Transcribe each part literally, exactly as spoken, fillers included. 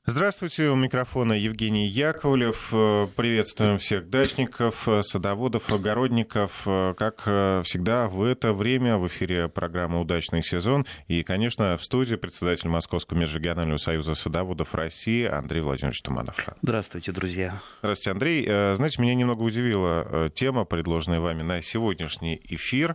Здравствуйте, у микрофона Евгений Яковлев. Приветствуем всех дачников, садоводов, огородников. Как всегда, в это время в эфире программа «Удачный сезон». И, конечно, в студии председатель Московского межрегионального союза садоводов России Андрей Владимирович Туманов. Здравствуйте, друзья. Здравствуйте, Андрей. Знаете, меня немного удивила тема, предложенная вами на сегодняшний эфир.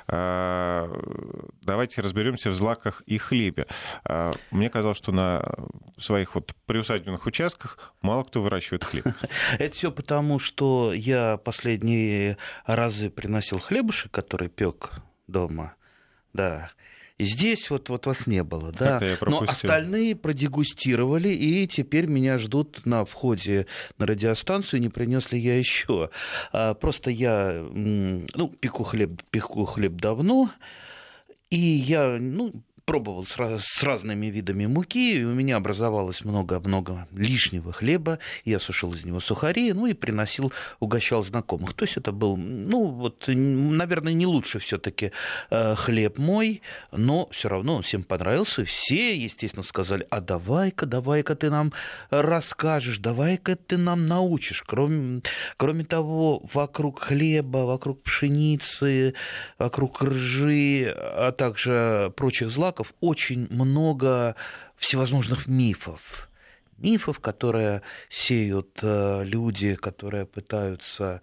Давайте разберемся в злаках и хлебе. Мне казалось, что на своих вот приусадебных участках мало кто выращивает хлеб. Это все потому, что я последние разы приносил хлебушек, который пек дома, да. И здесь вот, вот вас не было, да. Но остальные продегустировали, и теперь меня ждут на входе на радиостанцию, не принес ли я еще. Просто я, ну, пеку хлеб, пеку хлеб давно, и я, ну, пробовал с, раз, с разными видами муки, и у меня образовалось много-много лишнего хлеба, я сушил из него сухари, ну и приносил, угощал знакомых. То есть это был, ну вот, наверное, не лучше все-таки э, хлеб мой, но все равно он всем понравился. Все, естественно, сказали: а давай-ка, давай-ка ты нам расскажешь, давай-ка ты нам научишь. Кроме, кроме того, вокруг хлеба, вокруг пшеницы, вокруг ржи, а также прочих злаков очень много всевозможных мифов. Мифов, которые сеют люди, которые пытаются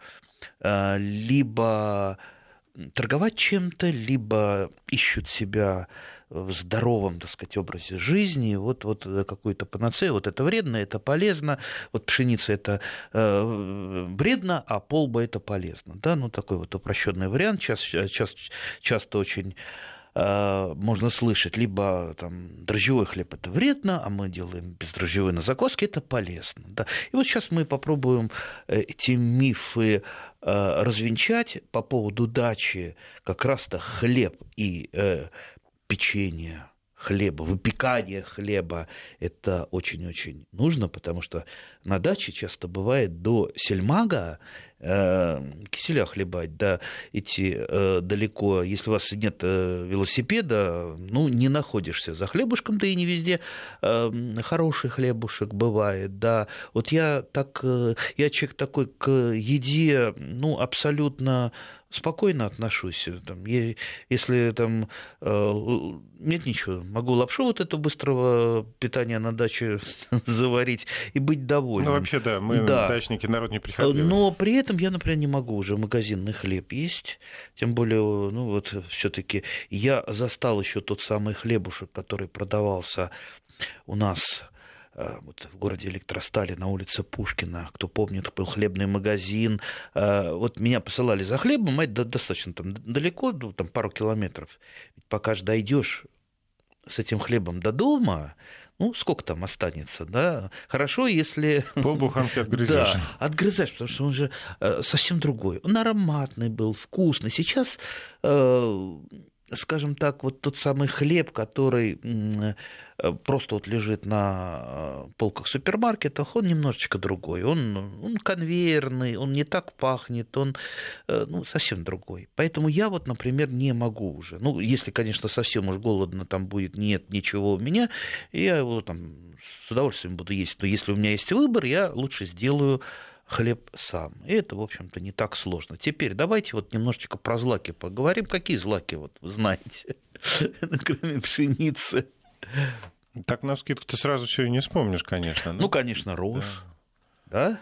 либо торговать чем-то, либо ищут себя в здоровом, так сказать, образе жизни. Вот, вот какую-то панацею, вот это вредно, это полезно, вот пшеница это э, вредно, а полба это полезно. Да? Ну, такой вот упрощенный вариант, часто, часто, часто очень можно слышать, либо там дрожжевой хлеб это вредно, а мы делаем бездрожжевой на закваске, это полезно. Да. И вот сейчас мы попробуем эти мифы развенчать по поводу дачи, как раз-то хлеб и э, печенье хлеба, выпекание хлеба, это очень-очень нужно, потому что на даче часто бывает до сельмага э, киселя хлебать, да, идти э, далеко. Если у вас нет э, велосипеда, ну, не находишься за хлебушком, да и не везде э, хороший хлебушек бывает, да. Вот я так, э, я человек такой к еде, ну, абсолютно спокойно отношусь. Там, я, если там э, нет ничего, могу лапшу вот эту быстрого питания на даче заварить и быть довольным. Ну, вообще, да, мы да. дачники, народ неприхотливый. Но при этом я, например, не могу уже магазинный хлеб есть. Тем более, ну, вот все-таки я застал еще тот самый хлебушек, который продавался у нас вот в городе Электростали на улице Пушкина. Кто помнит, был хлебный магазин. Вот меня посылали за хлебом, а это достаточно там далеко, там пару километров. Ведь пока же дойдешь с этим хлебом до дома, ну, сколько там останется, да? Хорошо, если... Полбуханки отгрызешь. Да, отгрызаешь, потому что он же совсем другой. Он ароматный был, вкусный. Сейчас, скажем так, вот тот самый хлеб, который просто вот лежит на полках супермаркетов, он немножечко другой. Он, он конвейерный, он не так пахнет, он, ну, совсем другой. Поэтому я вот, например, не могу уже. Ну, если, конечно, совсем уж голодно там будет, нет ничего у меня, я его там с удовольствием буду есть. Но если у меня есть выбор, я лучше сделаю хлеб сам. И это, в общем-то, не так сложно. Теперь давайте вот немножечко про злаки поговорим. Какие злаки, вот вы знаете, кроме пшеницы? Так, навскидку ты сразу все и не вспомнишь, конечно. Ну, конечно, рожь. Да?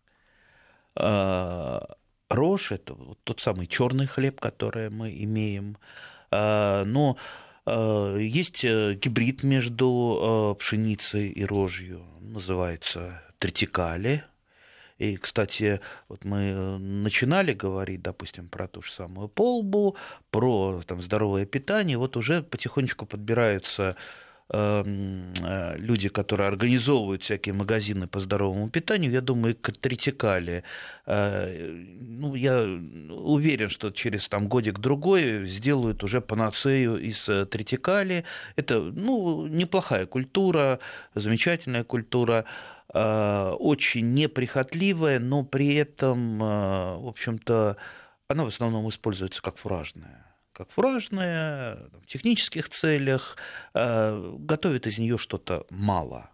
да? Рожь – это вот тот самый черный хлеб, который мы имеем. Но есть гибрид между пшеницей и рожью. Называется тритикали. И, кстати, вот мы начинали говорить, допустим, про ту же самую полбу, про там, здоровое питание. Вот уже потихонечку подбираются э, люди, которые организовывают всякие магазины по здоровому питанию. Я думаю, к тритикали. Э, ну, я уверен, что через там, годик-другой сделают уже панацею из тритикали. Это, ну, неплохая культура, замечательная культура. Очень неприхотливая, но при этом, в общем-то, она в основном используется как фуражная. Как фуражная, в технических целях, готовят из нее что-то мало.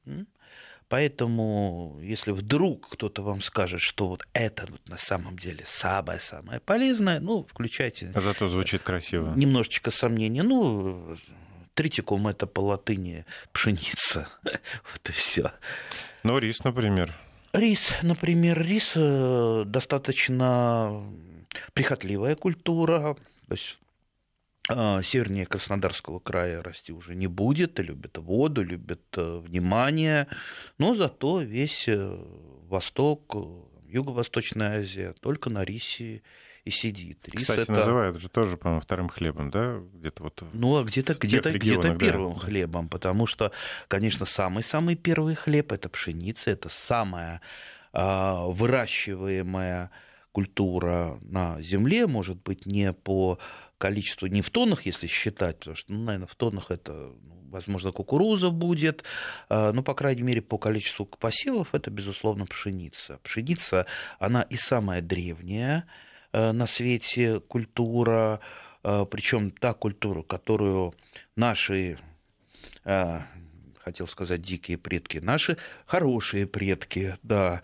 Поэтому, если вдруг кто-то вам скажет, что вот это вот на самом деле самое-самое полезное, ну, включайте... А зато звучит красиво. Немножечко сомнений. Ну, тритикум — это по латыни пшеница. Вот и все. Ну, рис, например. Рис, например, рис достаточно прихотливая культура. То есть севернее Краснодарского края расти уже не будет, любят воду, любят внимание, но зато весь Восток, Юго-Восточная Азия только на рисе и сидит. Рис Кстати, это... называют же тоже, по-моему, вторым хлебом, да? Где-то вот ну, а где-то, где-то, где-то первым да. хлебом, потому что, конечно, самый-самый первый хлеб — это пшеница, это самая а, выращиваемая культура на земле, может быть, не по количеству, не в тоннах, если считать, потому что, ну, наверное, в тоннах это, возможно, кукуруза будет, но, по крайней мере, по количеству посевов это, безусловно, пшеница. Пшеница, она и самая древняя на свете культура, причем та культура, которую наши, хотел сказать, дикие предки, наши хорошие предки, да,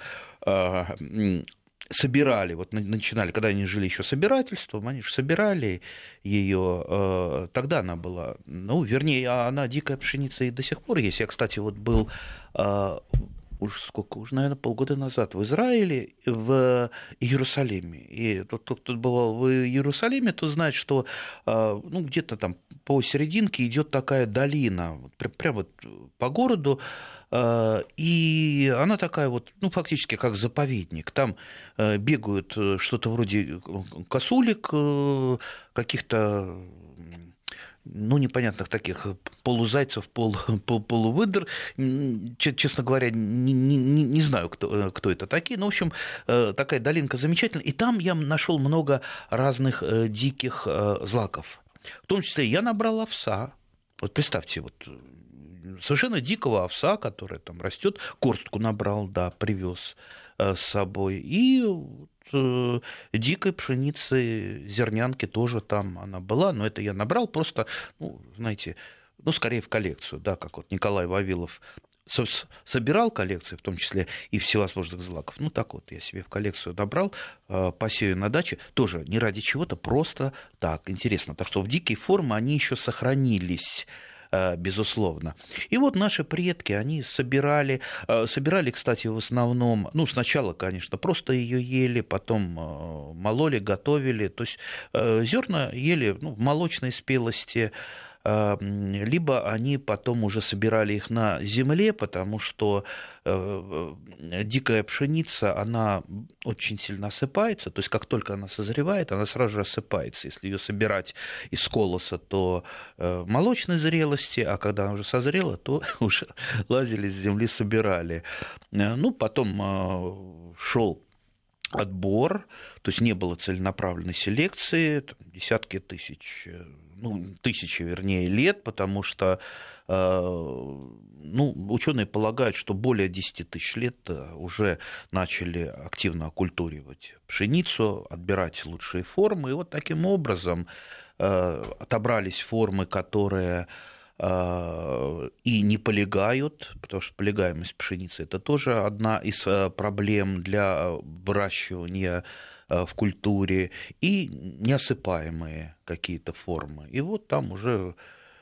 собирали, вот начинали, когда они жили еще собирательством, они же собирали ее, тогда она была, ну, вернее, она дикая пшеница и до сих пор есть. Я, кстати, вот был уж сколько, уже, наверное, полгода назад в Израиле, в Иерусалиме. И тот, кто бывал в Иерусалиме, тот знает, что ну, где-то там по серединке идет такая долина, прямо вот по городу, и она такая вот, ну, фактически как заповедник. Там бегают что-то вроде косулек, каких-то, ну, непонятных таких полузайцев, полу, пол, полувыдр. Честно говоря, не, не, не знаю, кто, кто это такие. Но, в общем, такая долинка замечательная. И там я нашел много разных диких злаков. В том числе я набрал овса. Вот представьте, вот совершенно дикого овса, который там растет, горстку набрал, да, привез с собой. И вот, дикой пшеницы, зернянки тоже там она была, но это я набрал просто, ну, знаете, ну, скорее в коллекцию, да, как вот Николай Вавилов собирал коллекции, в том числе и всевозможных злаков. Ну, так вот, я себе в коллекцию набрал, посею на даче, тоже не ради чего-то, просто так, интересно. Так что в дикие формы они еще сохранились, безусловно. И вот наши предки, они собирали, собирали, кстати, в основном, ну, сначала, конечно, просто ее ели, потом мололи, готовили, то есть зерна ели, ну, в молочной спелости, либо они потом уже собирали их на земле, потому что дикая пшеница, она очень сильно осыпается, то есть как только она созревает, она сразу же осыпается. Если ее собирать из колоса, то молочной зрелости, а когда она уже созрела, то уже лазили с земли, собирали. Ну, потом шел отбор, то есть не было целенаправленной селекции, там, десятки тысяч, ну, тысячи, вернее, лет, потому что ну, ученые полагают, что более десять тысяч лет уже начали активно окультуривать пшеницу, отбирать лучшие формы, и вот таким образом отобрались формы, которые и не полегают, потому что полегаемость пшеницы – это тоже одна из проблем для выращивания в культуре, и неосыпаемые какие-то формы. И вот там уже,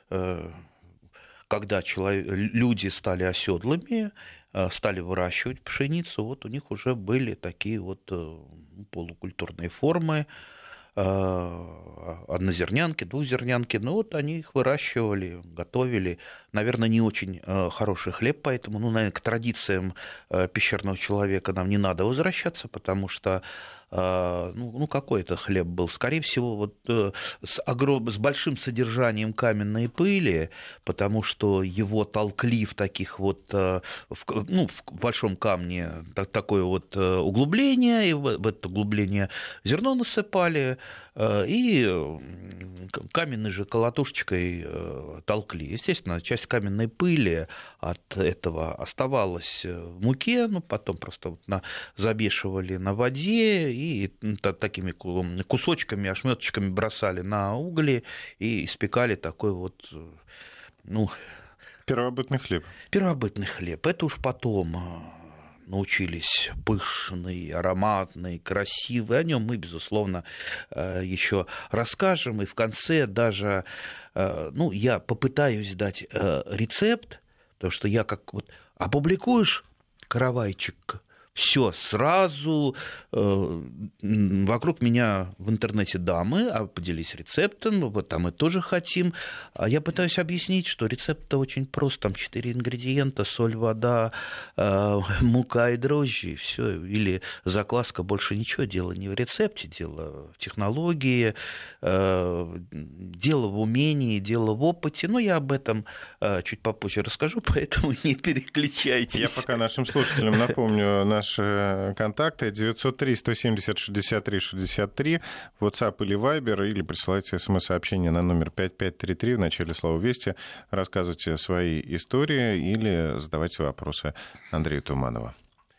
когда человек, люди стали оседлыми, стали выращивать пшеницу, вот у них уже были такие вот полукультурные формы, однозернянки, двухзернянки, ну вот они их выращивали, готовили. Наверное, не очень хороший хлеб, поэтому, ну, наверное, к традициям пещерного человека нам не надо возвращаться, потому что, ну, ну какой это хлеб был? Скорее всего, вот с, огром... с большим содержанием каменной пыли, потому что его толкли в таких вот, в, ну, в большом камне такое вот углубление, и в это углубление зерно насыпали, и каменной же колотушечкой толкли. Естественно, часть каменной пыли от этого оставалась в муке, ну, потом просто вот на, замешивали на воде и такими кусочками, ошметочками бросали на угли и испекали такой вот, ну, Первобытный хлеб. Первобытный хлеб. Это уж потом научились пышный, ароматный, красивый. О нем мы, безусловно, еще расскажем. И в конце даже, ну, я попытаюсь дать рецепт, потому что я как вот опубликуешь каравайчик, все сразу э, вокруг меня в интернете дамы, а поделись рецептом, вот там мы тоже хотим. А я пытаюсь объяснить, что рецепт-то очень прост, там четыре ингредиента: соль, вода, э, мука и дрожжи, все, или закваска, больше ничего. Дело не в рецепте, дело в технологии, э, дело в умении, дело в опыте. Но я об этом э, чуть попозже расскажу, поэтому не переключайтесь. Я пока нашим слушателям напомню наш Наши контакты девятьсот три сто семьдесят шестьдесят три шестьдесят три, WhatsApp или Viber, или присылайте смс-сообщение на номер пять пять три три в начале слова «Вести», рассказывайте свои истории или задавайте вопросы Андрею Туманову.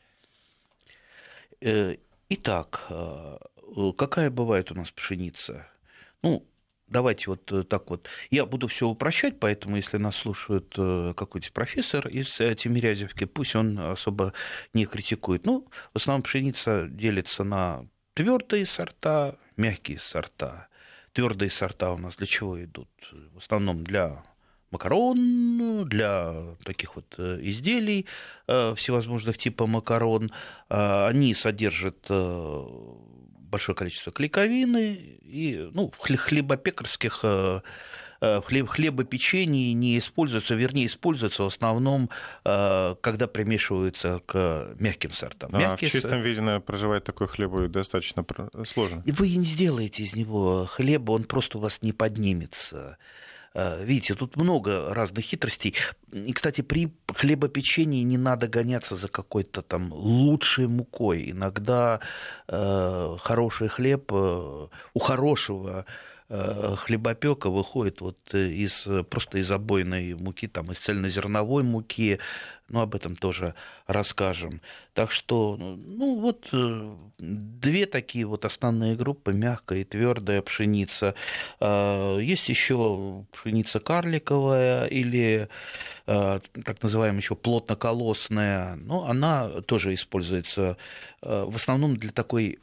Итак, какая бывает у нас пшеница? Ну, давайте вот так вот. Я буду все упрощать, поэтому если нас слушает какой-то профессор из Тимирязевки, пусть он особо не критикует. Ну, в основном пшеница делится на твердые сорта, мягкие сорта. Твердые сорта у нас для чего идут? В основном для макарон, для таких вот изделий всевозможных типов макарон. Они содержат большое количество клейковины, и ну, в хлебопекарских хлеб, хлебопечении не используются, вернее, используются в основном, когда примешиваются к мягким сортам. А Мягкие... в чистом виде, наверное, проживать такой хлеб будет достаточно сложно. Вы не сделаете из него хлеба, он просто у вас не поднимется. Видите, тут много разных хитростей. И, кстати, при хлебопечении не надо гоняться за какой-то там лучшей мукой. Иногда э, хороший хлеб э, у хорошего э, хлебопека выходит вот из, просто из обойной муки, там, из цельнозерновой муки. Ну, об этом тоже расскажем. Так что, ну, вот две такие вот основные группы: мягкая и твердая пшеница. Есть еще пшеница карликовая или так называемая еще плотноколосная. Но она тоже используется в основном для такой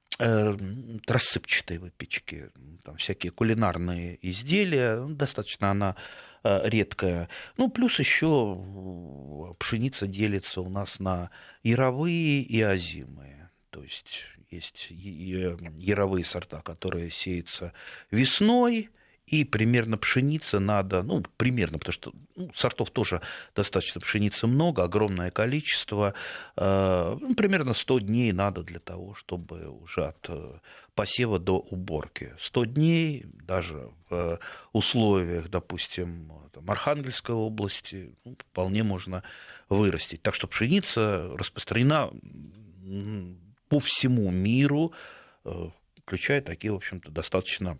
рассыпчатой выпечки. Там всякие кулинарные изделия. Достаточно она редкая. Ну, плюс еще пшеница делится у нас на яровые и озимые. То есть есть яровые сорта, которые сеются весной, и примерно пшеницы надо, ну, примерно, потому что ну, сортов тоже достаточно, пшеницы много, огромное количество, э, ну, примерно сто дней надо для того, чтобы уже от посева до уборки. сто дней даже в условиях, допустим, там, Архангельской области, ну, вполне можно вырастить. Так что пшеница распространена по всему миру, включая такие, в общем-то, достаточно...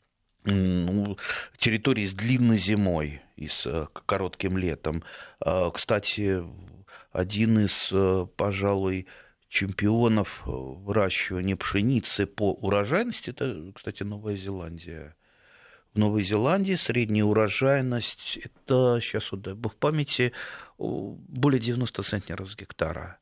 Ну, территории с длинной зимой и с коротким летом. Кстати, один из, пожалуй, чемпионов выращивания пшеницы по урожайности, это, кстати, Новая Зеландия. В Новой Зеландии средняя урожайность, это, сейчас вот дай бог памяти, более девяносто центнеров с гектара.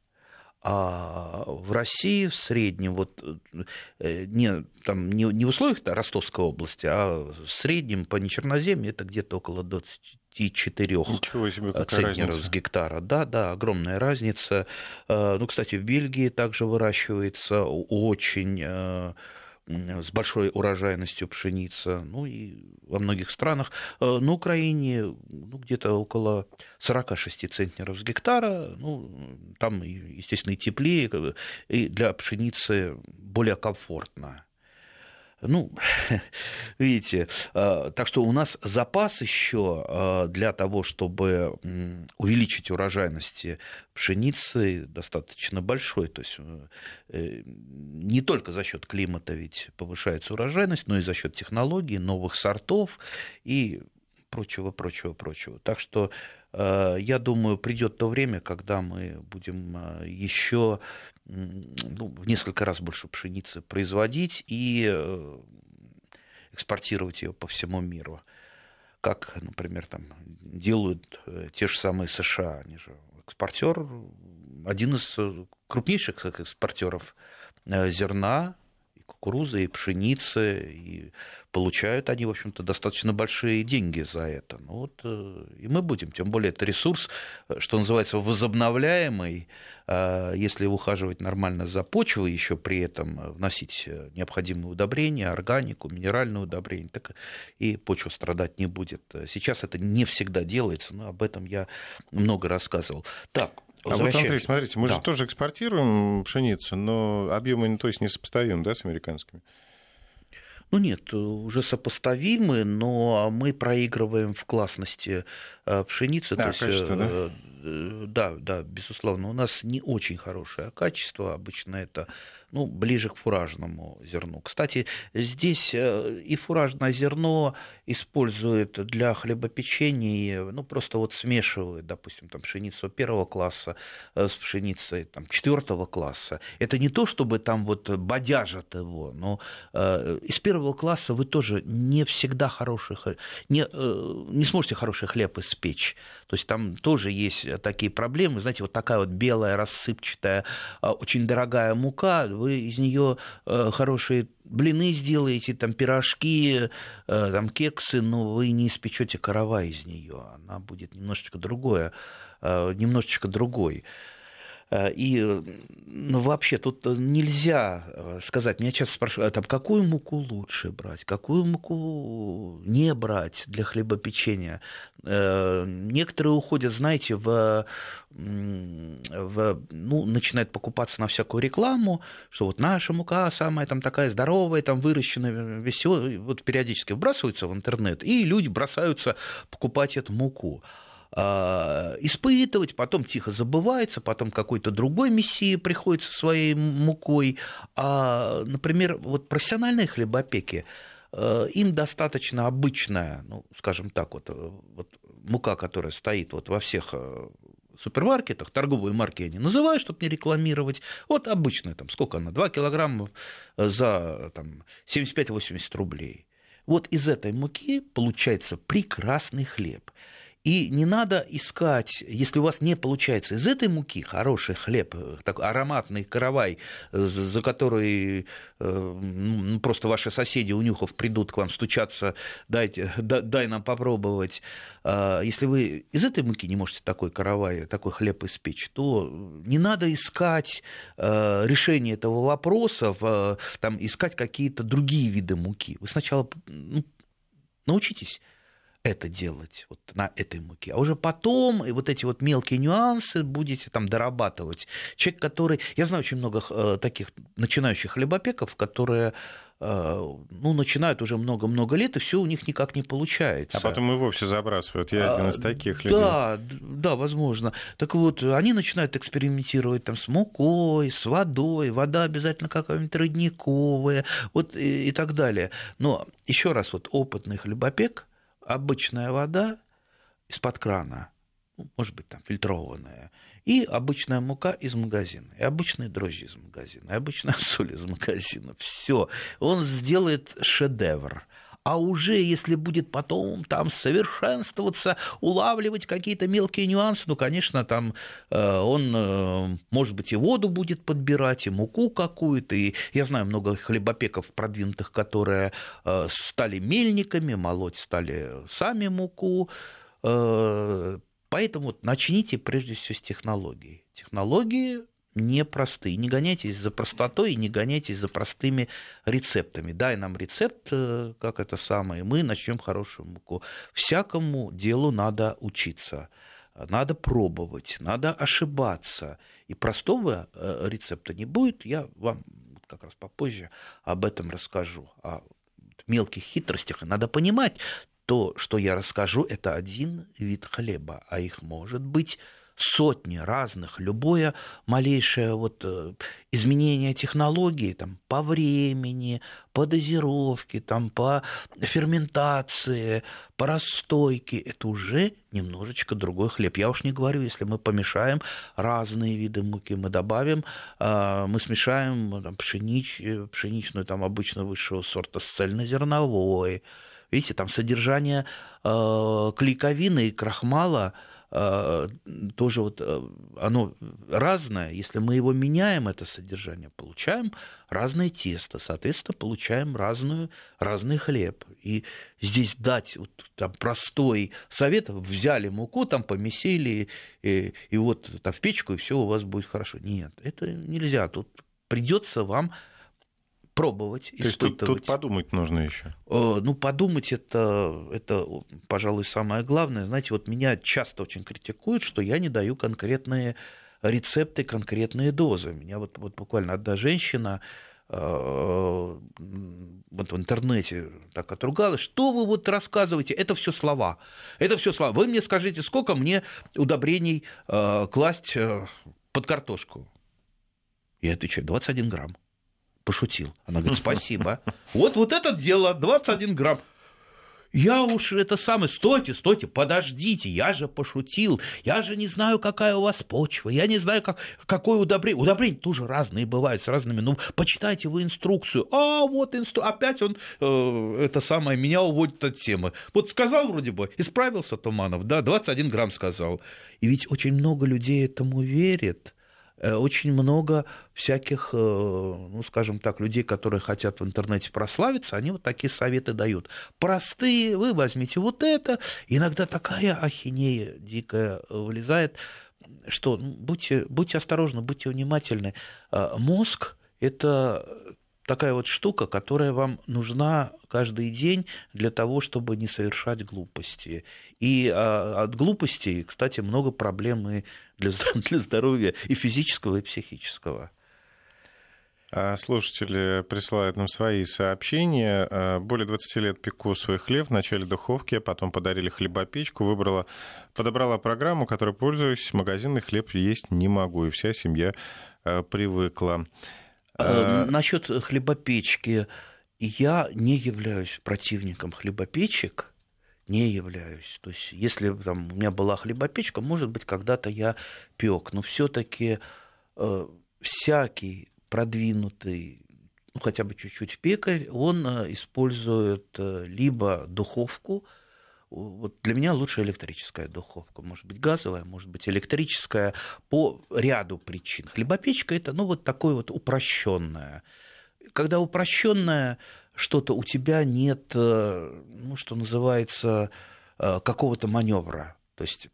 А в России в среднем, вот, не, там, не, не в условиях Ростовской области, а в среднем по нечерноземье это где-то около двадцать четыре центнеров с гектара. Да, да, огромная разница. Ну, кстати, в Бельгии также выращивается очень... с большой урожайностью пшеница, ну и во многих странах. На Украине ну, где-то около сорок шесть центнеров с гектара, ну, там, естественно, и теплее, и для пшеницы более комфортно. Ну, видите, так что у нас запас еще для того, чтобы увеличить урожайность пшеницы, достаточно большой. То есть не только за счет климата ведь повышается урожайность, но и за счет технологий, новых сортов и прочего, прочего, прочего. Так что я думаю, придет то время, когда мы будем еще ну, в несколько раз больше пшеницы производить и экспортировать ее по всему миру. как, например, там, делают те же самые США. Они же экспортер, один из крупнейших экспортеров зерна, кукурузы, и пшеницы, и получают они, в общем-то, достаточно большие деньги за это. Ну, вот, и мы будем, тем более это ресурс, что называется, возобновляемый, если ухаживать нормально за почвой, еще при этом вносить необходимые удобрения, органику, минеральные удобрения, так и почва страдать не будет. Сейчас это не всегда делается, но об этом я много рассказывал. Так, а вот, Андрей, смотрите, мы да. же тоже экспортируем пшеницу, но объемы, то есть, несопоставимы, да, с американскими? Ну нет, уже сопоставимы, но мы проигрываем в классности пшеницы. Да, то качество, есть, да? Да, да, безусловно. У нас не очень хорошее качество, обычно это ну, ближе к фуражному зерну. Кстати, здесь и фуражное зерно используют для хлебопечения, ну, просто вот смешивают, допустим, там, пшеницу первого класса с пшеницей там, четвертого класса. Это не то, чтобы там вот бодяжат его, но из первого класса вы тоже не всегда хороший, не, не сможете хороший хлеб испечь. То есть там тоже есть такие проблемы. Знаете, вот такая вот белая, рассыпчатая, очень дорогая мука, вы из нее хорошие блины сделаете, там, пирожки, там, кексы, но вы не испечете каравай из нее. Она будет немножечко другое, немножечко другой. И ну, вообще тут нельзя сказать, меня часто спрашивают, там, какую муку лучше брать, какую муку не брать для хлебопечения. Некоторые уходят, знаете, в, в, ну, начинают покупаться на всякую рекламу, что вот наша мука самая там такая здоровая, там выращенная, веселая, вот периодически вбрасываются в интернет, и люди бросаются покупать эту муку. Испытывать, потом тихо забывается, потом какой-то другой мессия приходит со своей мукой. А, например, вот профессиональные хлебопеки, им достаточно обычная, ну, скажем так, вот, вот мука, которая стоит вот во всех супермаркетах, торговые марки я не называю, чтобы не рекламировать, вот обычная, там, сколько она, два килограмма за там, семьдесят пять - восемьдесят рублей. Вот из этой муки получается прекрасный хлеб. И не надо искать, если у вас не получается из этой муки хороший хлеб, такой ароматный каравай, за который ну, просто ваши соседи, унюхав, придут к вам стучаться, дайте, дай нам попробовать. Если вы из этой муки не можете такой каравай, такой хлеб испечь, то не надо искать решение этого вопроса, там, искать какие-то другие виды муки. Вы сначала ну, научитесь это делать вот на этой муке, а уже потом и вот эти вот мелкие нюансы будете там дорабатывать. Человек, который... Я знаю очень много э, таких начинающих хлебопеков, которые э, ну, начинают уже много-много лет, и все у них никак не получается. А потом и вовсе забрасывают. Я один из таких людей. Да, да, возможно. Так вот, они начинают экспериментировать там, с мукой, с водой, вода обязательно какая-нибудь родниковая, вот, и, и так далее. Но еще раз, вот опытный хлебопек, обычная вода из-под крана, может быть, там фильтрованная, и обычная мука из магазина, и обычные дрожжи из магазина, и обычная соль из магазина. Все, он сделает шедевр. А уже если будет потом там совершенствоваться, улавливать какие-то мелкие нюансы, ну, конечно, там он, может быть, и воду будет подбирать, и муку какую-то. И я знаю много хлебопеков продвинутых, которые стали мельниками, молоть стали сами муку. Поэтому вот начните прежде всего с технологий. Технологии непростые. Не гоняйтесь за простотой и не гоняйтесь за простыми рецептами. Дай нам рецепт, как это самое, и мы начнем хорошую муку. Всякому делу надо учиться. Надо пробовать, надо ошибаться. И простого рецепта не будет. Я вам как раз попозже об этом расскажу. О мелких хитростях. И надо понимать, то, что я расскажу, это один вид хлеба, а их может быть сотни разных. Любое малейшее вот изменение технологии там, по времени, по дозировке, там, по ферментации, по расстойке, это уже немножечко другой хлеб. Я уж не говорю, если мы помешаем разные виды муки, мы добавим, мы смешаем там, пшенич, пшеничную там, обычно высшего сорта с цельнозерновой, Видите, там содержание э, клейковины и крахмала э, тоже вот, э, оно разное. Если мы его меняем, это содержание, получаем разное тесто, соответственно, получаем разную, разный хлеб. И здесь дать вот, там, простой совет, взяли муку, там, помесили, и, и вот там, в печку, и все у вас будет хорошо. Нет, это нельзя. Тут придется вам пробовать, испытывать. То есть тут, тут подумать нужно еще. Ну, подумать это, это, пожалуй, самое главное. Знаете, вот меня часто очень критикуют, что я не даю конкретные рецепты, конкретные дозы. Меня вот, вот буквально одна женщина э, вот в интернете так отругалась, что вы вот рассказываете, это все слова. Это все слова. Вы мне скажите, сколько мне удобрений э, класть э, под картошку? Я отвечаю, двадцать один грамм. Пошутил. Она говорит, спасибо. Вот, вот это дело, двадцать один грамм. Я уж это самое, стойте, стойте, подождите, я же пошутил, я же не знаю, какая у вас почва, я не знаю, как, какое удобрение. Удобрения тоже разные бывают, с разными, ну, почитайте вы инструкцию. А вот инструкция, опять он, э, это самое, меня уводит от темы. Вот сказал вроде бы, исправился Туманов, да, двадцать один грамм сказал. И ведь очень много людей этому верит. Очень много всяких, ну, скажем так, людей, которые хотят в интернете прославиться, они вот такие советы дают. Простые, вы возьмите вот это. Иногда такая ахинея дикая вылезает, что будьте, будьте осторожны, будьте внимательны. Мозг – это такая вот штука, которая вам нужна каждый день для того, чтобы не совершать глупости. И от глупостей, кстати, много проблем и для здоровья и физического, и психического. Слушатели присылают нам свои сообщения. Более двадцати лет пеку свой хлеб, вначале в духовке, потом подарили хлебопечку, выбрала, подобрала программу, которой пользуюсь, магазинный хлеб есть не могу, и вся семья привыкла. Насчет хлебопечки. Я не являюсь противником хлебопечек, не являюсь. То есть, если там, у меня была хлебопечка, может быть, когда-то я пек, но все-таки э, всякий продвинутый, ну, хотя бы чуть-чуть пекарь, он э, использует э, либо духовку. Вот для меня лучше электрическая духовка, может быть газовая, может быть электрическая, по ряду причин. Хлебопечка это, ну, вот такое вот упрощенное. Когда упрощенное что-то, у тебя нет, ну, что называется, какого-то маневра. То есть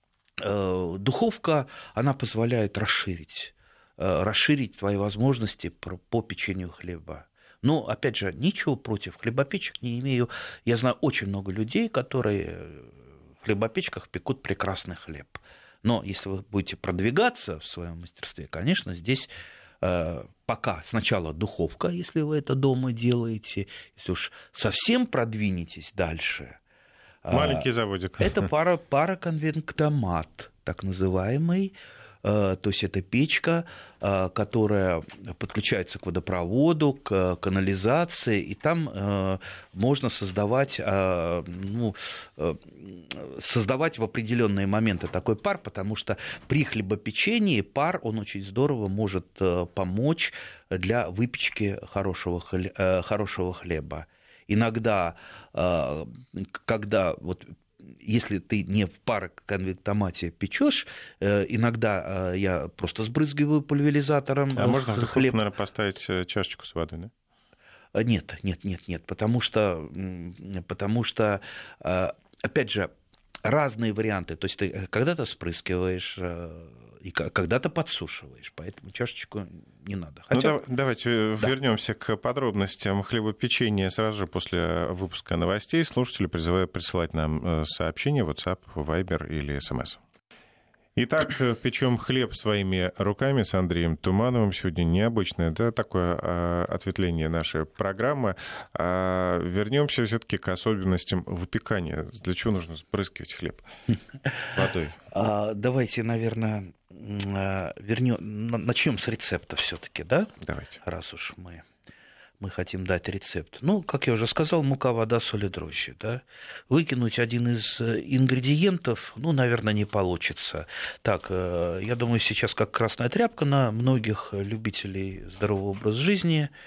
духовка, она позволяет расширить, расширить твои возможности по печенью хлеба. Но, опять же, ничего против хлебопечек не имею. Я знаю очень много людей, которые в хлебопечках пекут прекрасный хлеб. Но если вы будете продвигаться в своем мастерстве, конечно, здесь э, пока сначала духовка, если вы это дома делаете, если уж совсем продвинетесь дальше. Маленький заводик. Это пара, пароконвектомат, так называемый. То есть это печка, которая подключается к водопроводу, к канализации, и там можно создавать, ну, создавать в определенные моменты такой пар, потому что при хлебопечении пар, он очень здорово может помочь для выпечки хорошего, хорошего хлеба. Иногда, когда вот если ты не в пароконвектомате печешь, иногда я просто сбрызгиваю пульверизатором. А можно в духовку, наверное, поставить чашечку с водой, да? Нет, нет, нет, нет, потому что, потому что, опять же, разные варианты. То есть ты когда-то вспрыскиваешь и когда-то подсушиваешь, поэтому чашечку не надо. Хотя... Ну, давайте да. вернемся к подробностям хлебопечения сразу же после выпуска новостей. Слушатели призываю присылать нам сообщения в WhatsApp, Viber или эс эм эс. Итак, печем хлеб своими руками с Андреем Тумановым. Сегодня необычное, да, такое ответвление нашей программы. Вернемся все-таки к особенностям выпекания. Для чего нужно спрыскивать хлеб водой? Давайте, наверное, вернем, начнем с рецепта все-таки, да? Давайте. Раз уж мы. Мы хотим дать рецепт. Ну, как я уже сказал, мука, вода, соль и дрожжи. Да? Выкинуть один из ингредиентов, ну, наверное, не получится. Так, я думаю, сейчас как красная тряпка на многих любителей здорового образа жизни.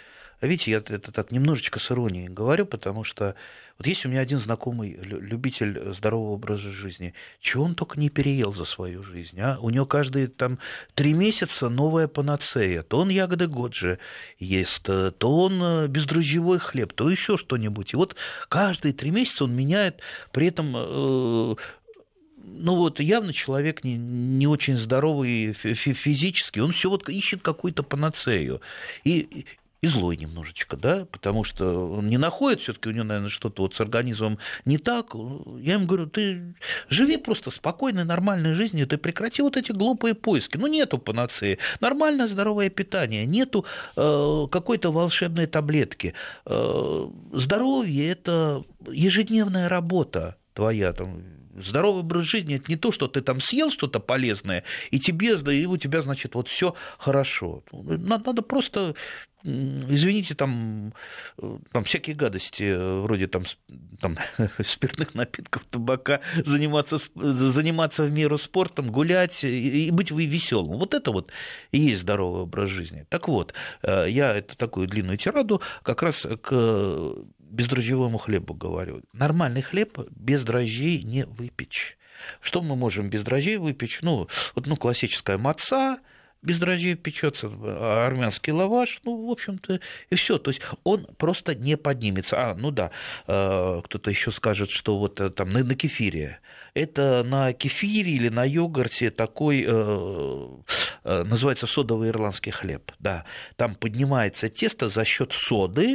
видите, я это так немножечко с иронией говорю, потому что вот есть у меня один знакомый любитель здорового образа жизни. Чего он только не переел за свою жизнь, а? У него каждые там три месяца новая панацея. То он ягоды Годжи ест, то он бездрожжевой хлеб, то еще что-нибудь. И вот каждые три месяца он меняет, при этом... Э- Ну вот явно человек не, не очень здоровый физически, он все вот ищет какую-то панацею. И, и злой немножечко, да, потому что он не находит, все-таки у него, наверное, что-то вот с организмом не так. Я ему говорю, ты живи просто спокойной, нормальной жизнью, ты прекрати вот эти глупые поиски. Ну, нету панацеи. Нормальное здоровое питание, нету э, какой-то волшебной таблетки. Э, здоровье – это ежедневная работа твоя, там, здоровый образ жизни – это не то, что ты там съел что-то полезное, и тебе, и у тебя, значит, вот все хорошо. Надо просто, извините, там, там всякие гадости, вроде там, там спиртных напитков, табака, заниматься, заниматься в меру спортом, гулять и быть веселым. Вот это вот и есть здоровый образ жизни. Так вот, я это такую длинную тираду как раз к бездрожжевому хлебу говорю. Нормальный хлеб без дрожжей не выпечь. Что мы можем без дрожжей выпечь? Ну, вот, ну, классическая маца без дрожжей печется, армянский лаваш, ну, в общем-то, и все. То есть он просто не поднимется. А, ну да, кто-то еще скажет, что вот там на, на кефире. Это на кефире или на йогурте такой, называется содовый ирландский хлеб. Да, там поднимается тесто за счет соды,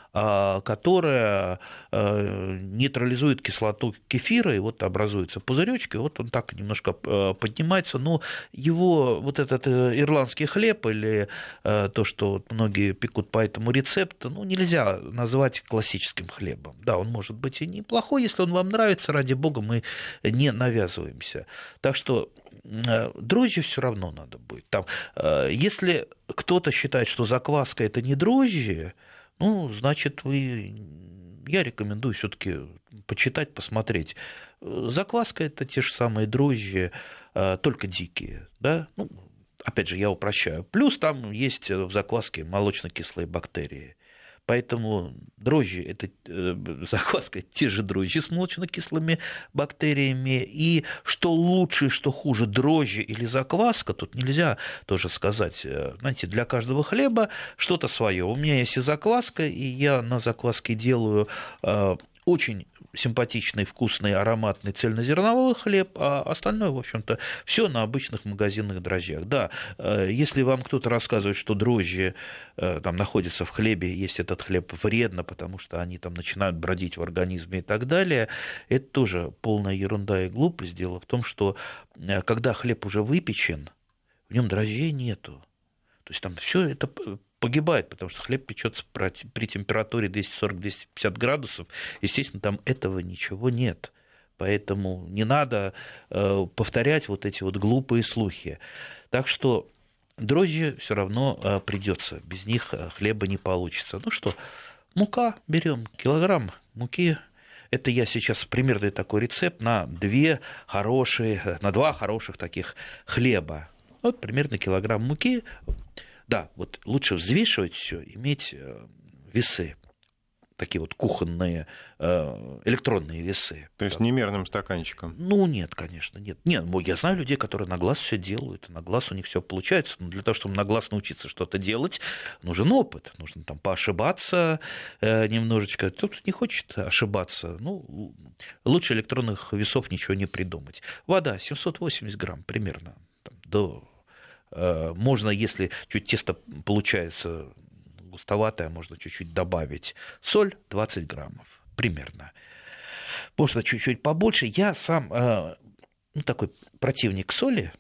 которая нейтрализует кислоту кефира, и вот образуются пузыречки, вот он так немножко поднимается, но его вот этот ирландский хлеб или то, что многие пекут по этому рецепту, ну, нельзя назвать классическим хлебом. Да, он может быть и неплохой, если он вам нравится, ради бога, мы не навязываемся. Так что дрожжи все равно надо будет. Там, если кто-то считает, что закваска – это не дрожжи, ну, значит, вы... я рекомендую все-таки почитать, посмотреть. Закваска – это те же самые дрожжи, только дикие, да? Ну, опять же, я упрощаю. Плюс там есть в закваске молочно-кислые бактерии. Поэтому дрожжи – это закваска, те же дрожжи с молочно-кислыми бактериями. И что лучше, что хуже, дрожжи или закваска, тут нельзя тоже сказать. Знаете, для каждого хлеба что-то свое. У меня есть и закваска, и я на закваске делаю очень симпатичный, вкусный, ароматный цельнозерновой хлеб, а остальное, в общем-то, все на обычных магазинных дрожжах. Да, если вам кто-то рассказывает, что дрожжи там находятся в хлебе, есть этот хлеб вредно, потому что они там начинают бродить в организме и так далее, это тоже полная ерунда и глупость. Дело в том, что когда хлеб уже выпечен, в нем дрожжей нету. То есть там все это погибает, потому что хлеб печется при температуре двести сорок - двести пятьдесят градусов. Естественно, там этого ничего нет. Поэтому не надо повторять вот эти вот глупые слухи. Так что дрожжи все равно придется. Без них хлеба не получится. Ну что, мука берем, килограмм муки. Это я сейчас примерный такой рецепт на две хорошие, на два хороших таких хлеба. Вот примерно килограмм муки. Да, вот лучше взвешивать все, иметь весы, такие вот кухонные электронные весы. То есть немерным стаканчиком? Ну, нет, конечно, нет. Нет, я знаю людей, которые на глаз все делают, на глаз у них все получается. Но для того, чтобы на глаз научиться что-то делать, нужен опыт, нужно там поошибаться немножечко. Кто-то не хочет ошибаться, ну, лучше электронных весов ничего не придумать. Вода семьсот восемьдесят грамм примерно, там, до... Можно, если чуть тесто получается густоватое, можно чуть-чуть добавить. Соль двадцать граммов примерно. Можно чуть-чуть побольше. Я сам ну, такой противник соли.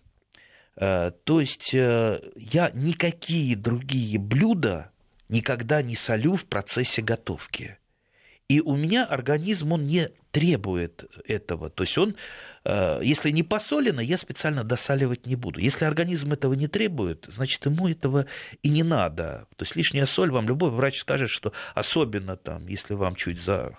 То есть я никакие другие блюда никогда не солю в процессе готовки. И у меня организм, он не требует этого. То есть он, если не посолено, я специально досаливать не буду. Если организм этого не требует, значит, ему этого и не надо. То есть лишняя соль, вам любой врач скажет, что особенно там, если вам чуть за...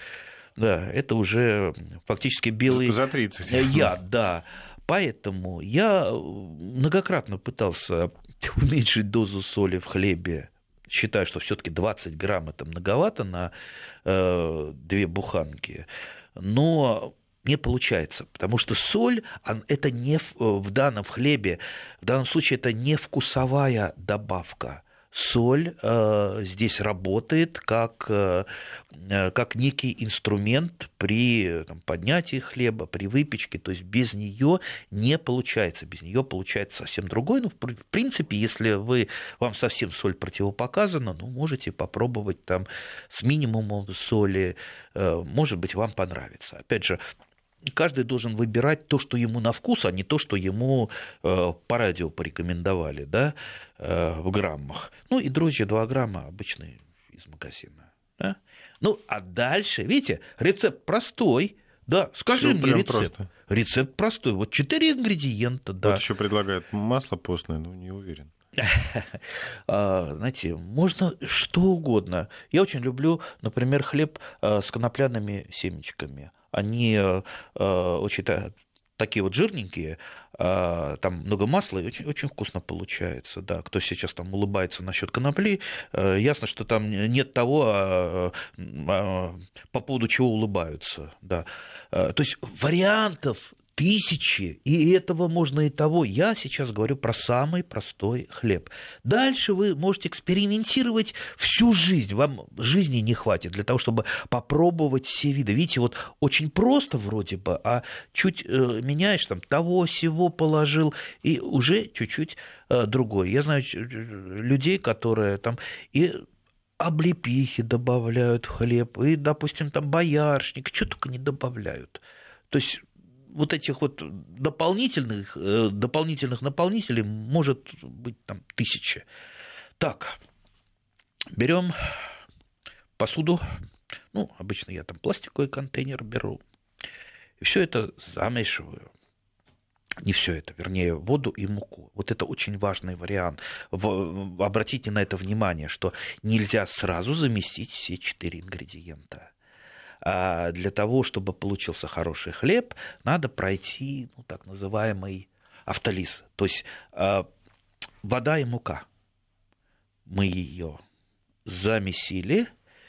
Да, это уже фактически белый за тридцать яд, да. Поэтому я многократно пытался уменьшить дозу соли в хлебе. считаю, что все-таки двадцать грамм это многовато на э, две буханки, но не получается, потому что соль это не в данном хлебе, в данном случае это не вкусовая добавка. Соль э, здесь работает как, э, как некий инструмент при там, поднятии хлеба, при выпечке, то есть без нее не получается, без нее получается совсем другое. Ну, в принципе, если вы, вам совсем соль противопоказана, ну, можете попробовать там с минимумом соли, э, может быть, вам понравится. Опять же, каждый должен выбирать то, что ему на вкус, а не то, что ему э, по радио порекомендовали, да, э, в граммах. Ну и дрожжи два грамма обычные из магазина. Да? Ну, а дальше, видите, рецепт простой. Да, скажи Всё мне прям рецепт. просто. Рецепт простой. Вот четыре ингредиента, да. Вот еще предлагают масло постное, но не уверен. Знаете, можно что угодно. Я очень люблю, например, хлеб с конопляными семечками. Они э, очень такие вот жирненькие, э, там много масла, и очень, очень вкусно получается. Да. Кто сейчас там улыбается насчет конопли, э, ясно, что там нет того, э, э, по поводу чего улыбаются. Да. Э, то есть вариантов тысячи, и этого можно и того. Я сейчас говорю про самый простой хлеб. Дальше вы можете экспериментировать всю жизнь. Вам жизни не хватит для того, чтобы попробовать все виды. Видите, вот очень просто вроде бы, а чуть э, меняешь, там, того-сего положил, и уже чуть-чуть э, другое. Я знаю людей, которые там и облепихи добавляют в хлеб, и, допустим, там боярышник, что только не добавляют. То есть вот этих вот дополнительных, дополнительных наполнителей может быть там тысячи. Так, берем посуду, ну, обычно я там пластиковый контейнер беру, и все это замешиваю. Не все это, вернее, воду и муку. Вот это очень важный вариант. В, обратите на это внимание, что нельзя сразу заместить все четыре ингредиента. А для того, чтобы получился хороший хлеб, надо пройти, ну, так называемый автолиз. То есть э, вода и мука. Мы ее замесили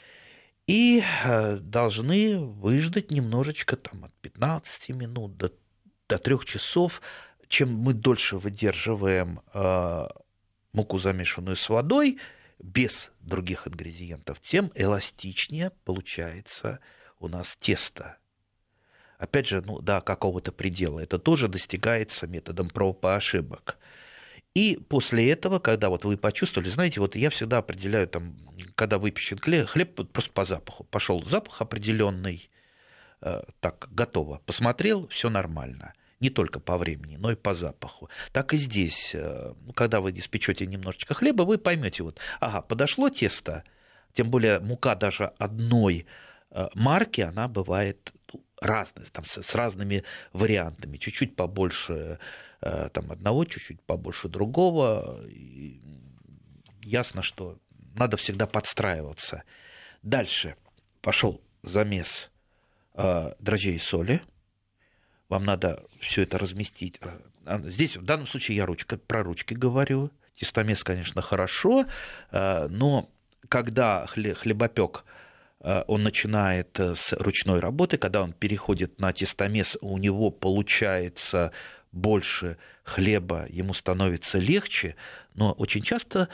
и э, должны выждать немножечко, там, от пятнадцати минут до, до трёх часов. Чем мы дольше выдерживаем э, муку, замешанную с водой, без других ингредиентов, тем эластичнее получается у нас тесто. Опять же, ну да, какого-то предела. Это тоже достигается методом проб и ошибок. И после этого, когда вот вы почувствовали, знаете, вот я всегда определяю, там, когда выпечен хлеб, хлеб просто по запаху. Пошел запах определенный, э, так, готово. Посмотрел, все нормально. Не только по времени, но и по запаху. Так и здесь, э, когда вы испечете немножечко хлеба, вы поймете, вот, ага, подошло тесто, тем более мука даже одной марки, она бывает разная, там, с разными вариантами. Чуть-чуть побольше там, одного, чуть-чуть побольше другого. И ясно, что надо всегда подстраиваться. Дальше пошел замес дрожжей и соли. Вам надо все это разместить. Здесь в данном случае я ручка, про ручки говорю. Тестомес, конечно, хорошо, но когда хлебопек он начинает с ручной работы, когда он переходит на тестомес, у него получается больше хлеба, ему становится легче, но очень часто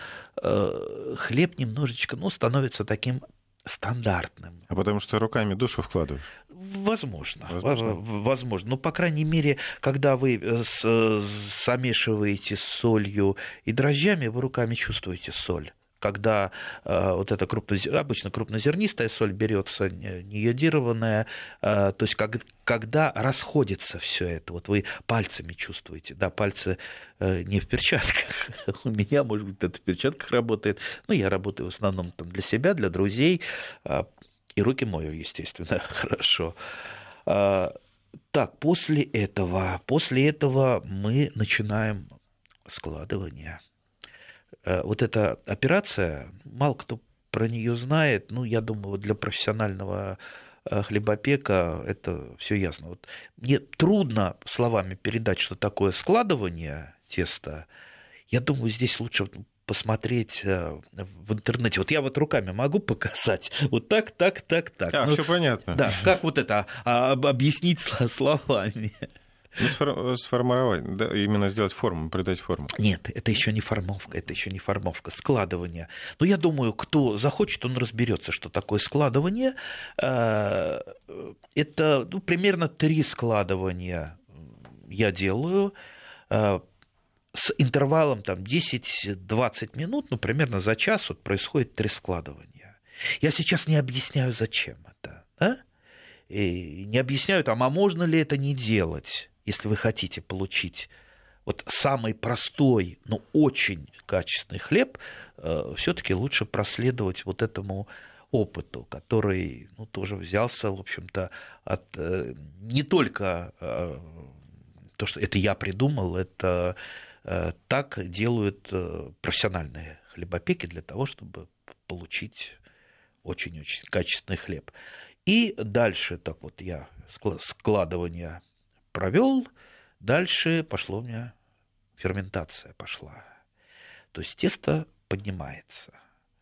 хлеб немножечко, ну, становится таким стандартным. А потому что руками душу вкладываешь? Возможно. Возможно. Возможно. Но, по крайней мере, когда вы замешиваете с солью и дрожжами, вы руками чувствуете соль. Когда э, вот эта крупнозер... обычно крупнозернистая соль берется, не йодированная, э, то есть как, когда расходится все это, вот вы пальцами чувствуете, да, пальцы э, не в перчатках, у меня, может быть, это в перчатках работает, но я работаю в основном там для себя, для друзей, э, и руки мою, естественно, хорошо. Э, так, после этого, после этого мы начинаем складывание. Вот эта операция, мало кто про нее знает, ну, я думаю, для профессионального хлебопека это все ясно. Вот мне трудно словами передать, что такое складывание теста. Я думаю, здесь лучше посмотреть в интернете. Вот я вот руками могу показать. Вот так, так, так, так. А, ну, все понятно. Да, как вот это а, объяснить словами? Ну, сформировать, да, именно сделать форму, придать форму. Нет, это еще не формовка, это еще не формовка, складывание. Но я думаю, кто захочет, он разберется, что такое складывание. Это ну, примерно три складывания я делаю с интервалом там, десять-двадцать минут, ну, примерно за час вот происходит три складывания. Я сейчас не объясняю, зачем это, да? И не объясняю, там, а можно ли это не делать, если вы хотите получить вот самый простой, но очень качественный хлеб, э, все-таки лучше проследовать вот этому опыту, который ну, тоже взялся, в общем-то, от э, не только э, то, что это я придумал, это э, так делают э, профессиональные хлебопеки для того, чтобы получить очень-очень качественный хлеб. И дальше, так вот я складывание провел, дальше пошло у меня ферментация пошла. То есть тесто поднимается.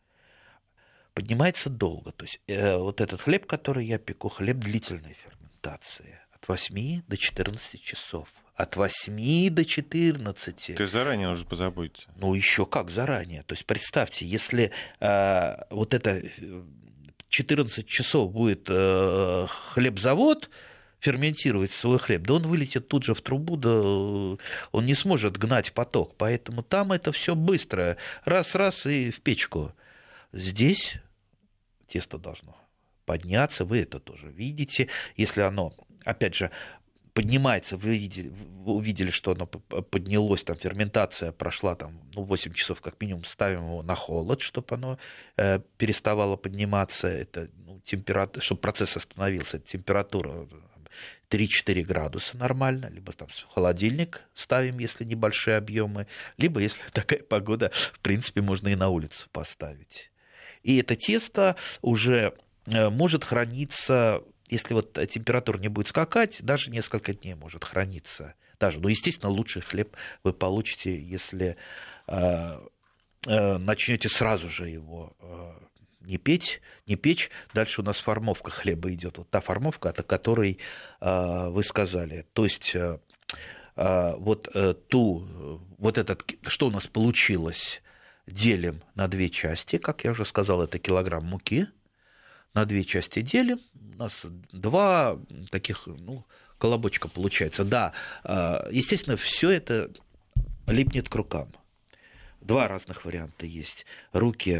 Поднимается долго. То есть э, вот этот хлеб, который я пеку, хлеб длительной ферментации. От восьми до четырнадцати часов. От восьми до четырнадцати. То есть заранее нужно позаботиться. Ну, еще как заранее. То есть представьте, если э, вот это четырнадцать часов будет э, хлебзавод ферментировать свой хлеб, да он вылетит тут же в трубу, да он не сможет гнать поток. Поэтому там это все быстро. Раз-раз и в печку. Здесь тесто должно подняться, вы это тоже видите. Если оно, опять же, поднимается, вы видели, вы увидели, что оно поднялось, там ферментация прошла там, ну, восемь часов как минимум, ставим его на холод, чтобы оно э, переставало подниматься, это, ну, температура, чтобы процесс остановился, это температура три-четыре градуса нормально, либо там в холодильник ставим, если небольшие объемы, либо, если такая погода, в принципе, можно и на улицу поставить. И это тесто уже может храниться, если вот температура не будет скакать, даже несколько дней может храниться. Даже, ну, естественно, лучший хлеб вы получите, если э, э, начнете сразу же его э, не печь, не печь. Дальше у нас формовка хлеба идет. Вот та формовка, о которой э, вы сказали. То есть э, э, вот э, ту, вот этот, что у нас получилось, делим на две части. Как я уже сказал, это килограмм муки. На две части делим, у нас два таких, ну, колобочка получается. Да, естественно, все это липнет к рукам. Два разных варианта есть. Руки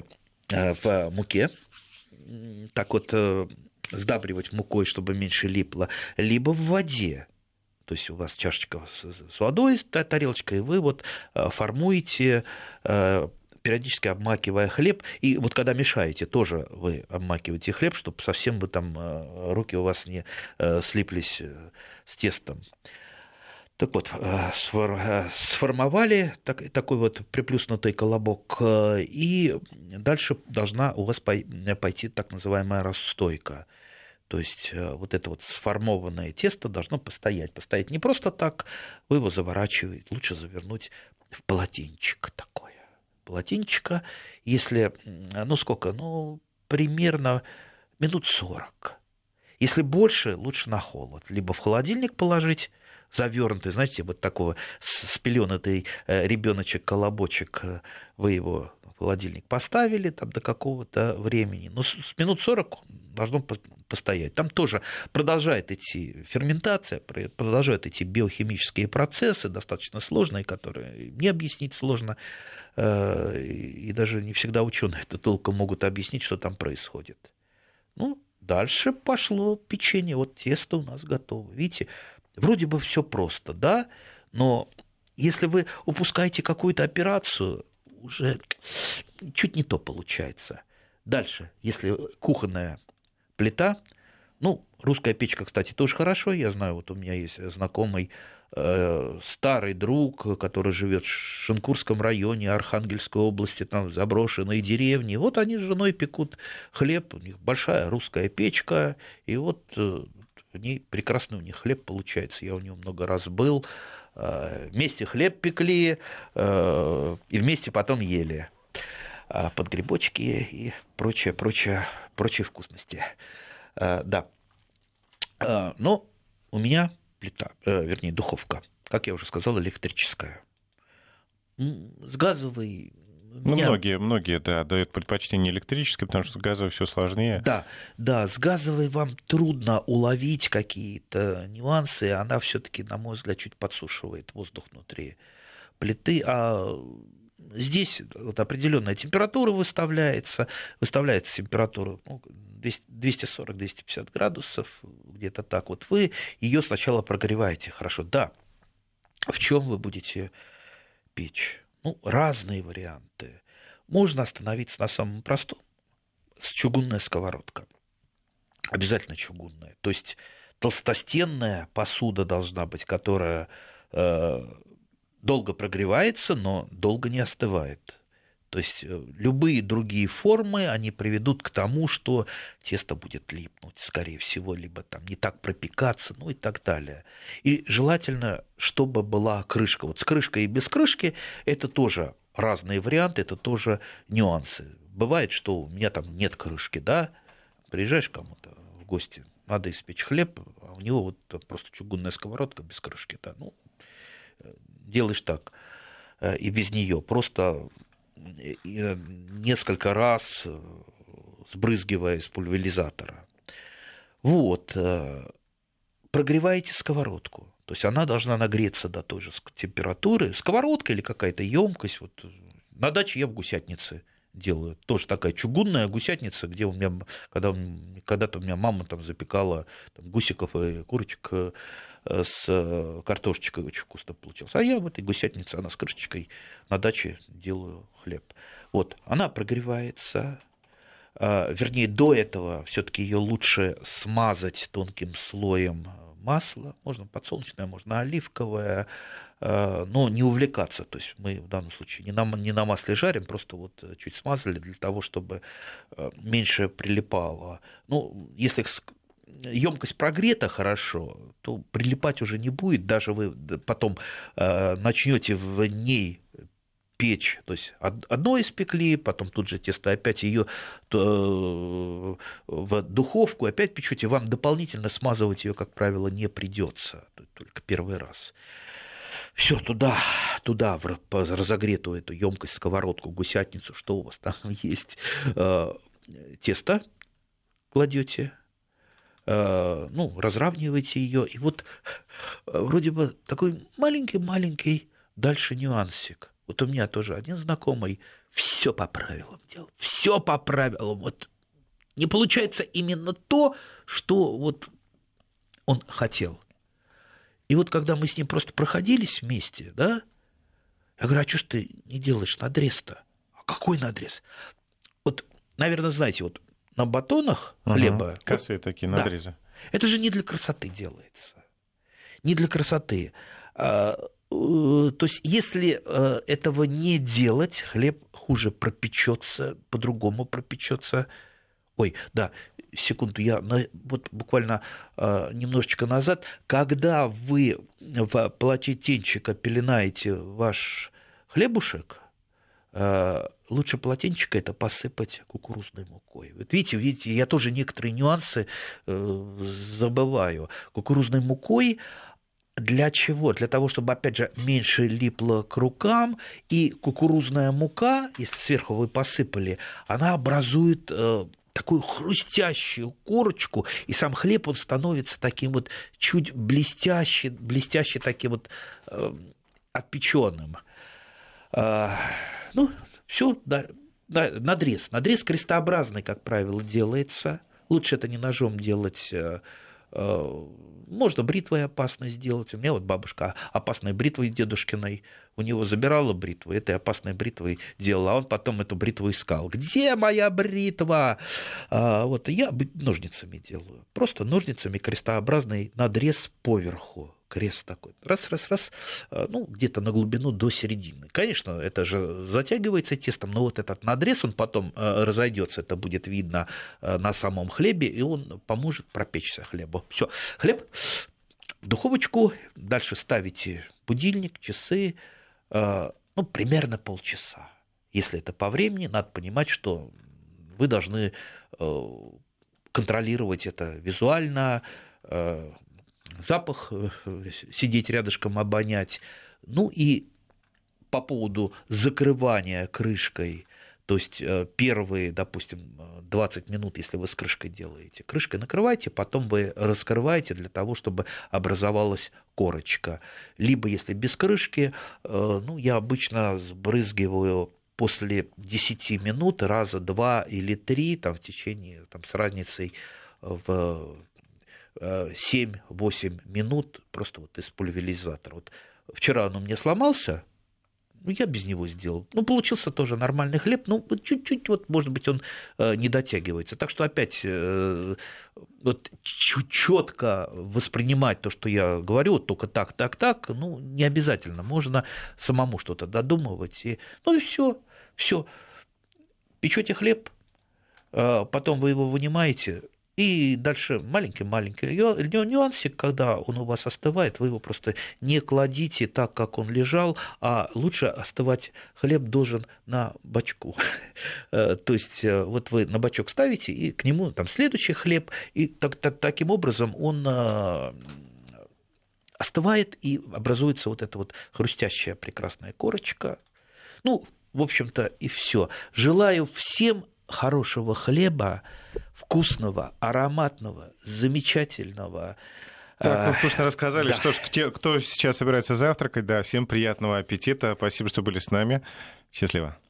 в муке, так вот сдабривать мукой, чтобы меньше липло, либо в воде. То есть у вас чашечка с водой, тарелочка, и вы вот формуете, периодически обмакивая хлеб, и вот когда мешаете, тоже вы обмакиваете хлеб, чтобы совсем вы там, руки у вас не слиплись с тестом. Так вот, сформовали такой вот приплюснутый колобок, и дальше должна у вас пойти так называемая расстойка. То есть вот это вот сформованное тесто должно постоять. Постоять не просто так, вы его заворачиваете, лучше завернуть в полотенчик такое. Полотенчика, если, ну сколько, ну примерно минут сорок. Если больше, лучше на холод. Либо в холодильник положить, завернутый, знаете, вот такого спеленатый ребеночек-колобочек, вы его в холодильник поставили там до какого-то времени. Но с минут сорок должно постоять. Там тоже продолжает идти ферментация, продолжают идти биохимические процессы, достаточно сложные, которые мне объяснить сложно. И даже не всегда ученые это толком могут объяснить, что там происходит. Ну, дальше пошло печенье. Вот тесто у нас готово. Видите, вроде бы все просто, да, но если вы упускаете какую-то операцию, уже чуть не то получается. Дальше, если кухонная плита, ну, русская печка, кстати, тоже хорошо. Я знаю, вот у меня есть знакомый э, старый друг, который живет в Шенкурском районе Архангельской области, там заброшенные деревни. Вот они с женой пекут хлеб, у них большая русская печка, и вот э, в ней прекрасный у них хлеб получается. Я у него много раз был. Э, вместе хлеб пекли э, и вместе потом ели. под грибочки и прочее, прочее, прочие вкусности. Да. Но у меня плита, вернее, духовка, как я уже сказал, электрическая. С газовой... Ну, меня... многие, многие, да, дают предпочтение электрической, потому что с газовой все сложнее. Да, да, с газовой вам трудно уловить какие-то нюансы, она все-таки, на мой взгляд, чуть подсушивает воздух внутри плиты, а здесь вот определенная температура выставляется, выставляется температура ну, двести сорок - двести пятьдесят градусов, где-то так вот. Вы ее сначала прогреваете хорошо. Да, в чем вы будете печь? Ну, разные варианты. Можно остановиться на самом простом. Чугунная сковородка. Обязательно чугунная. То есть толстостенная посуда должна быть, которая э, долго прогревается, но долго не остывает. То есть любые другие формы, они приведут к тому, что тесто будет липнуть, скорее всего, либо там не так пропекаться, ну и так далее. И желательно, чтобы была крышка. Вот с крышкой и без крышки это тоже разные варианты, это тоже нюансы. Бывает, что у меня там нет крышки, да, приезжаешь к кому-то в гости, надо испечь хлеб, а у него вот просто чугунная сковородка без крышки, да, ну, делаешь так и без нее, просто несколько раз сбрызгивая из пульверизатора. Вот. Прогреваете сковородку. То есть она должна нагреться до той же температуры. Сковородка или какая-то емкость. Вот. На даче я в гусятнице делаю. Тоже такая чугунная гусятница, где у меня, когда, когда-то у меня мама там запекала там, гусиков и курочек с картошечкой, очень вкусно получилось. А я в этой гусятнице, она с крышечкой, на даче делаю хлеб. Вот, она прогревается, вернее, до этого все-таки ее лучше смазать тонким слоем масла, можно подсолнечное, можно оливковое, но не увлекаться. То есть мы в данном случае не на, не на масле жарим, просто вот чуть смазали для того, чтобы меньше прилипало. Ну, если емкость прогрета хорошо, то прилипать уже не будет, даже вы потом начнете в ней печь, то есть одно испекли, потом тут же тесто опять ее в духовку, опять печете, вам дополнительно смазывать ее, как правило, не придется, только первый раз. Все туда, туда, в разогретую эту емкость, сковородку, гусятницу, что у вас там есть, тесто кладете, ну, разравниваете ее, и вот вроде бы такой маленький-маленький дальше нюансик. Вот у меня тоже один знакомый все по правилам делал, все по правилам. Вот не получается именно то, что вот он хотел. И вот когда мы с ним просто проходились вместе, да, я говорю, а что ж ты не делаешь надрез-то? А какой надрез? Вот, наверное, знаете, вот на батонах хлеба... Угу, косые вот, такие надрезы. Да, это же не для красоты делается. Не для красоты. То есть, если этого не делать, хлеб хуже пропечется, по-другому пропечется. Ой, да, секунду, я вот буквально немножечко назад, когда вы в полотенчика пеленаете ваш хлебушек, лучше полотенчика это посыпать кукурузной мукой. Вот видите, видите, я тоже некоторые нюансы забываю. Кукурузной мукой для чего? Для того, чтобы, опять же, меньше липло к рукам, и кукурузная мука, если сверху вы посыпали, она образует такую хрустящую корочку, и сам хлеб, он становится таким вот чуть блестящим, блестяще таким вот отпеченным. Ну, все, да, да, надрез. Надрез крестообразный, как правило, делается. Лучше это не ножом делать. Можно бритвой опасно сделать. У меня вот бабушка опасной бритвой дедушкиной, у него забирала бритву, этой опасной бритвой делала, а он потом эту бритву искал. Где моя бритва? А, вот я ножницами делаю. Просто ножницами крестообразный надрез поверху. Крест такой. Раз, раз, раз, ну, где-то на глубину до середины. Конечно, это же затягивается тестом, но вот этот надрез, он потом разойдется, это будет видно на самом хлебе, и он поможет пропечься хлебу. Все, хлеб в духовочку, дальше ставите будильник, часы, ну, примерно полчаса. Если это по времени, надо понимать, что вы должны контролировать это визуально, запах, сидеть рядышком, обонять. Ну и по поводу закрывания крышкой, то есть первые, допустим, двадцать минут, если вы с крышкой делаете, крышкой накрываете, потом вы раскрываете для того, чтобы образовалась корочка. Либо, если без крышки, ну, я обычно сбрызгиваю после десяти минут раза два или три, там, в течение, там, с разницей в семь-восемь минут, просто вот из пульверизатора. Вот вчера он у меня сломался, ну, я без него сделал. Ну, получился тоже нормальный хлеб, ну, чуть-чуть, вот, может быть, он не дотягивается. Так что опять вот, четко воспринимать то, что я говорю, вот только так, так, так, ну, не обязательно. Можно самому что-то додумывать. И, ну, и все, все. Печете хлеб, потом вы его вынимаете. И дальше маленький-маленький нюансик, когда он у вас остывает, вы его просто не кладите так, как он лежал, а лучше остывать хлеб должен на бочку. То есть вот вы на бочок ставите, и к нему там следующий хлеб, и так, так, таким образом он остывает, и образуется вот эта вот хрустящая прекрасная корочка. Ну, в общем-то, и все. Желаю всем хорошего хлеба, вкусного, ароматного, замечательного. Так, вы вкусно рассказали. Да. Что ж, те, кто сейчас собирается завтракать, да, всем приятного аппетита. Спасибо, что были с нами. Счастливо.